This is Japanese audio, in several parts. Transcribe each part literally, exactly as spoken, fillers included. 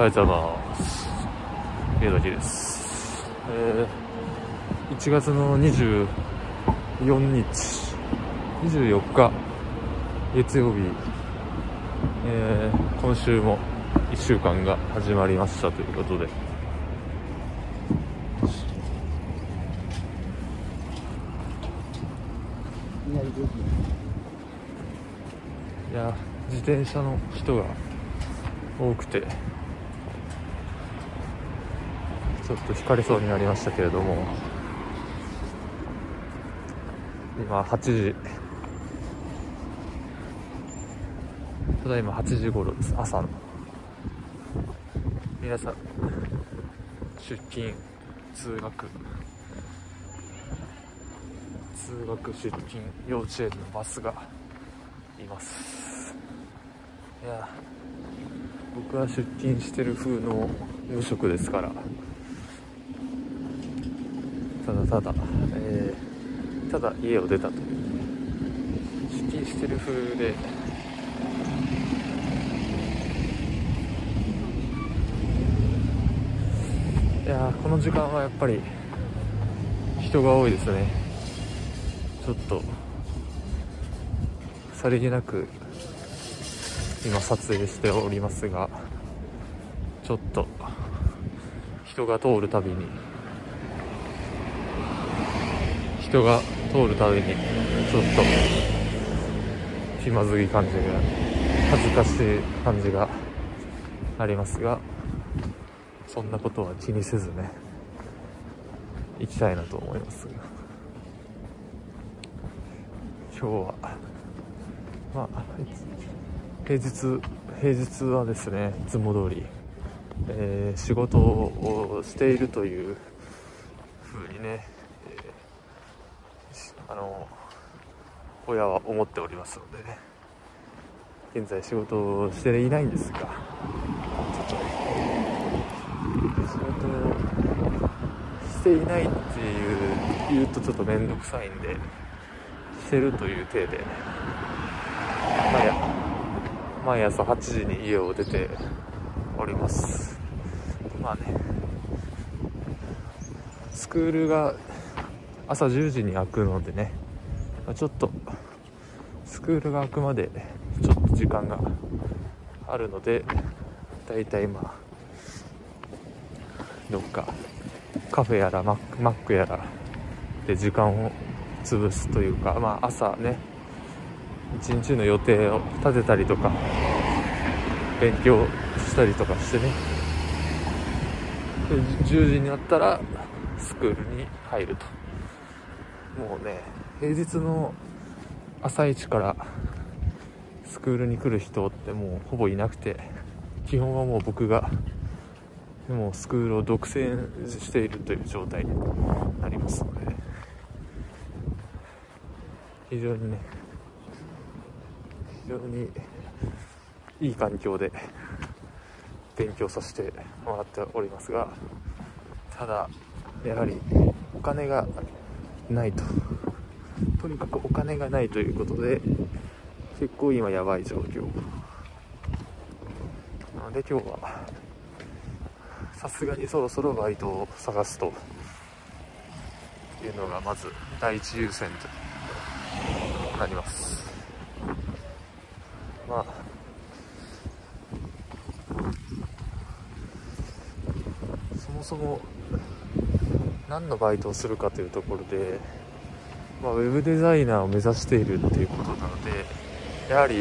はようございます。宮崎です。えー、いちがつのにじゅうよっか、にじゅうよっか月曜日、えー、今週もいっしゅうかんが始まりましたということで、いや自転車の人が多くてちょっと引かれそうになりましたけれども、今はちじ、ただいまはちじ頃です。朝の皆さん出勤通学通学出勤幼稚園のバスがいます。いや僕は出勤してる風の無職ですから、ただただ、えー、ただ家を出たという出勤してる風で、いやこの時間はやっぱり人が多いですね。ちょっとさりげなく今撮影しておりますが、ちょっと人が通るたびに人が通るたびにちょっと気まずい感じが、恥ずかしい感じがありますが、そんなことは気にせずね行きたいなと思いますが、今日はまあ平日平日はですね、いつも通り、えー、仕事をしているという風にね、えー、あの親は思っておりますのでね、現在仕事をしていないんですが、ちょっと仕事をしていないっていう言うとちょっと面倒くさいんで、してるという体で、まあや毎朝はちじに家を出ております。まあね、スクールが朝じゅうじに開くのでね、ちょっとスクールが開くまでちょっと時間があるので、だいたい今どっかカフェやらマック、マックやらで時間を潰すというか、まあ朝ね一日の予定を立てたりとか勉強したりとかしてね、でじゅうじになったらスクールに入ると。もうね、平日の朝一からスクールに来る人ってもうほぼいなくて、基本はもう僕がもうスクールを独占しているという状態になりますので、非常にね非常にいい環境で勉強させてもらっておりますが、ただやはりお金がないと、とにかくお金がないということで結構今やばい状況なので、今日はさすがにそろそろバイトを探すというのがまず第一優先となります。まあそもそも何のバイトをするかというところで、まあ、ウェブデザイナーを目指しているっていうことなので、やはり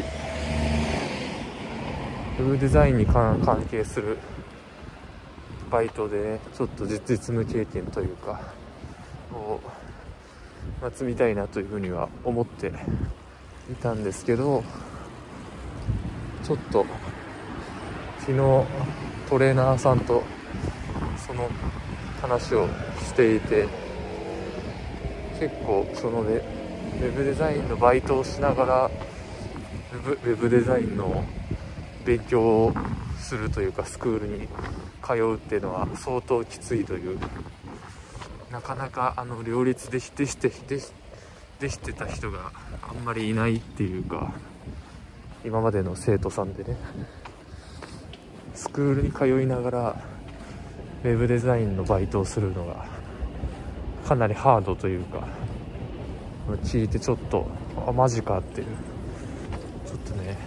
ウェブデザインに関係するバイトで、ね、ちょっと実務経験というかを、まあ、積みたいなというふうには思っていたんですけど、ちょっと昨日トレーナーさんとその話をしていて、結構そのでウェブデザインのバイトをしながらウェブ、ウェブデザインの勉強をするというかスクールに通うっていうのは相当きついという、なかなかあの両立できてしてできできてた人があんまりいないっていうか、今までの生徒さんでね、 スクールに通いながらウェブデザインのバイトをするのがかなりハードというか、聞いてちょっとあマジかっていう、ちょっとね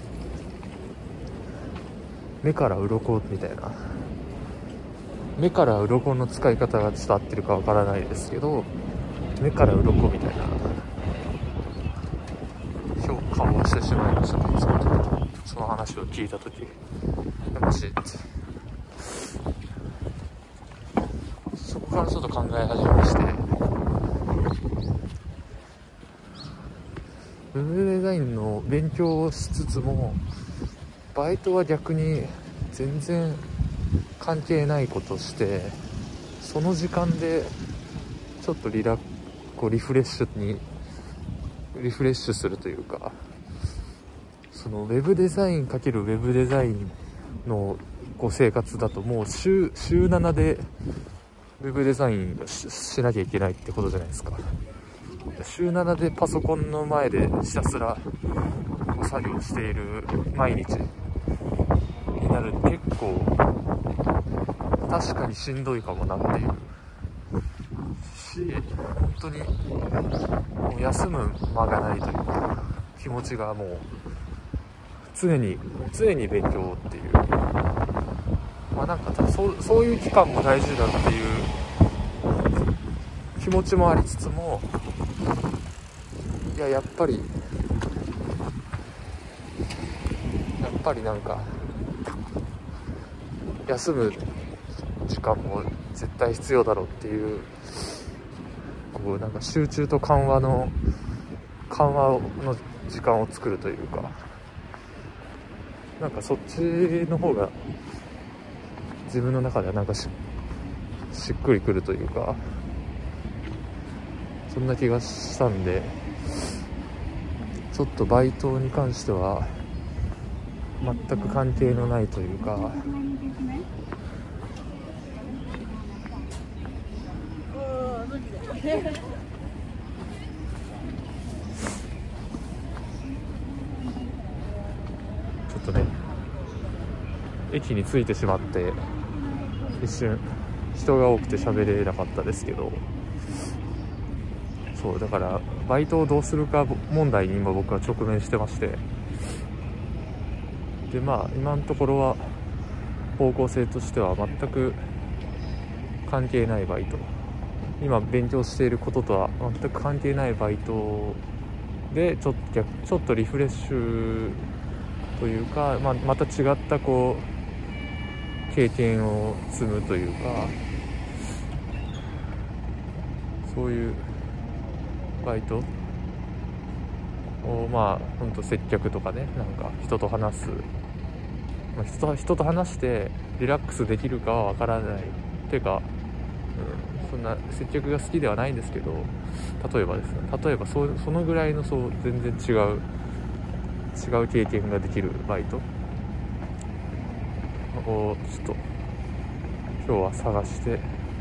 目から鱗みたいな、目から鱗の使い方がちょっと合ってるかわからないですけど、目から鱗みたいな評価をしてしまいましたね。その時、その話を聞いた時、マジって、そこからちょっと考え始めまして、ウェブデザインの勉強をしつつもバイトは逆に全然関係ないことして、その時間でちょっとリラこうリフレッシュにリフレッシュするというか、そのウェブデザインかけるウェブデザインのこう生活だと、もう週週ななでウェブデザイン し, しなきゃいけないってことじゃないですか。週ななでパソコンの前でひたすらこう作業している毎日になると、結構確かにしんどいかもなっていうし、本当にもう休む間がないというか、気持ちがもう常に常に勉強っていう、まあなんかそ う, そういう期間も大事だっていう気持ちもありつつも、いややっぱりやっぱりなんか休む時間も絶対必要だろうっていう、こうなんか集中と緩和の緩和の時間を作るというか、なんかそっちの方が自分の中ではなんか し, しっくりくるというか、そんな気がしたんで、ちょっとバイトに関しては全く関係のないというか、ちょっとね駅に着いてしまって一瞬人が多くて喋れなかったですけど、そうだからバイトをどうするか問題に今僕は直面してまして、でまあ今のところは方向性としては全く関係ないバイト、今勉強していることとは全く関係ないバイトでちょっと逆ちょっとリフレッシュというか、まあ、また違ったこう経験を積むというか、そういうバイトをまあ本当接客とかね、なんか人と話す、まあ、人と人と話してリラックスできるかはわからないっていうか、うん、そんな接客が好きではないんですけど、例えばですね例えばそ, そのぐらいのそう全然違う違う経験ができるバイトをちょっと今日は探して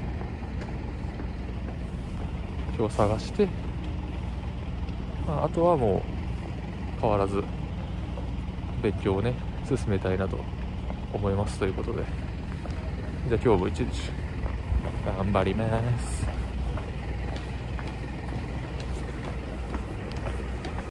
今日探して、まあ、あとはもう変わらず勉強をね進めたいなと思いますということで、じゃあ今日も一日頑張ります。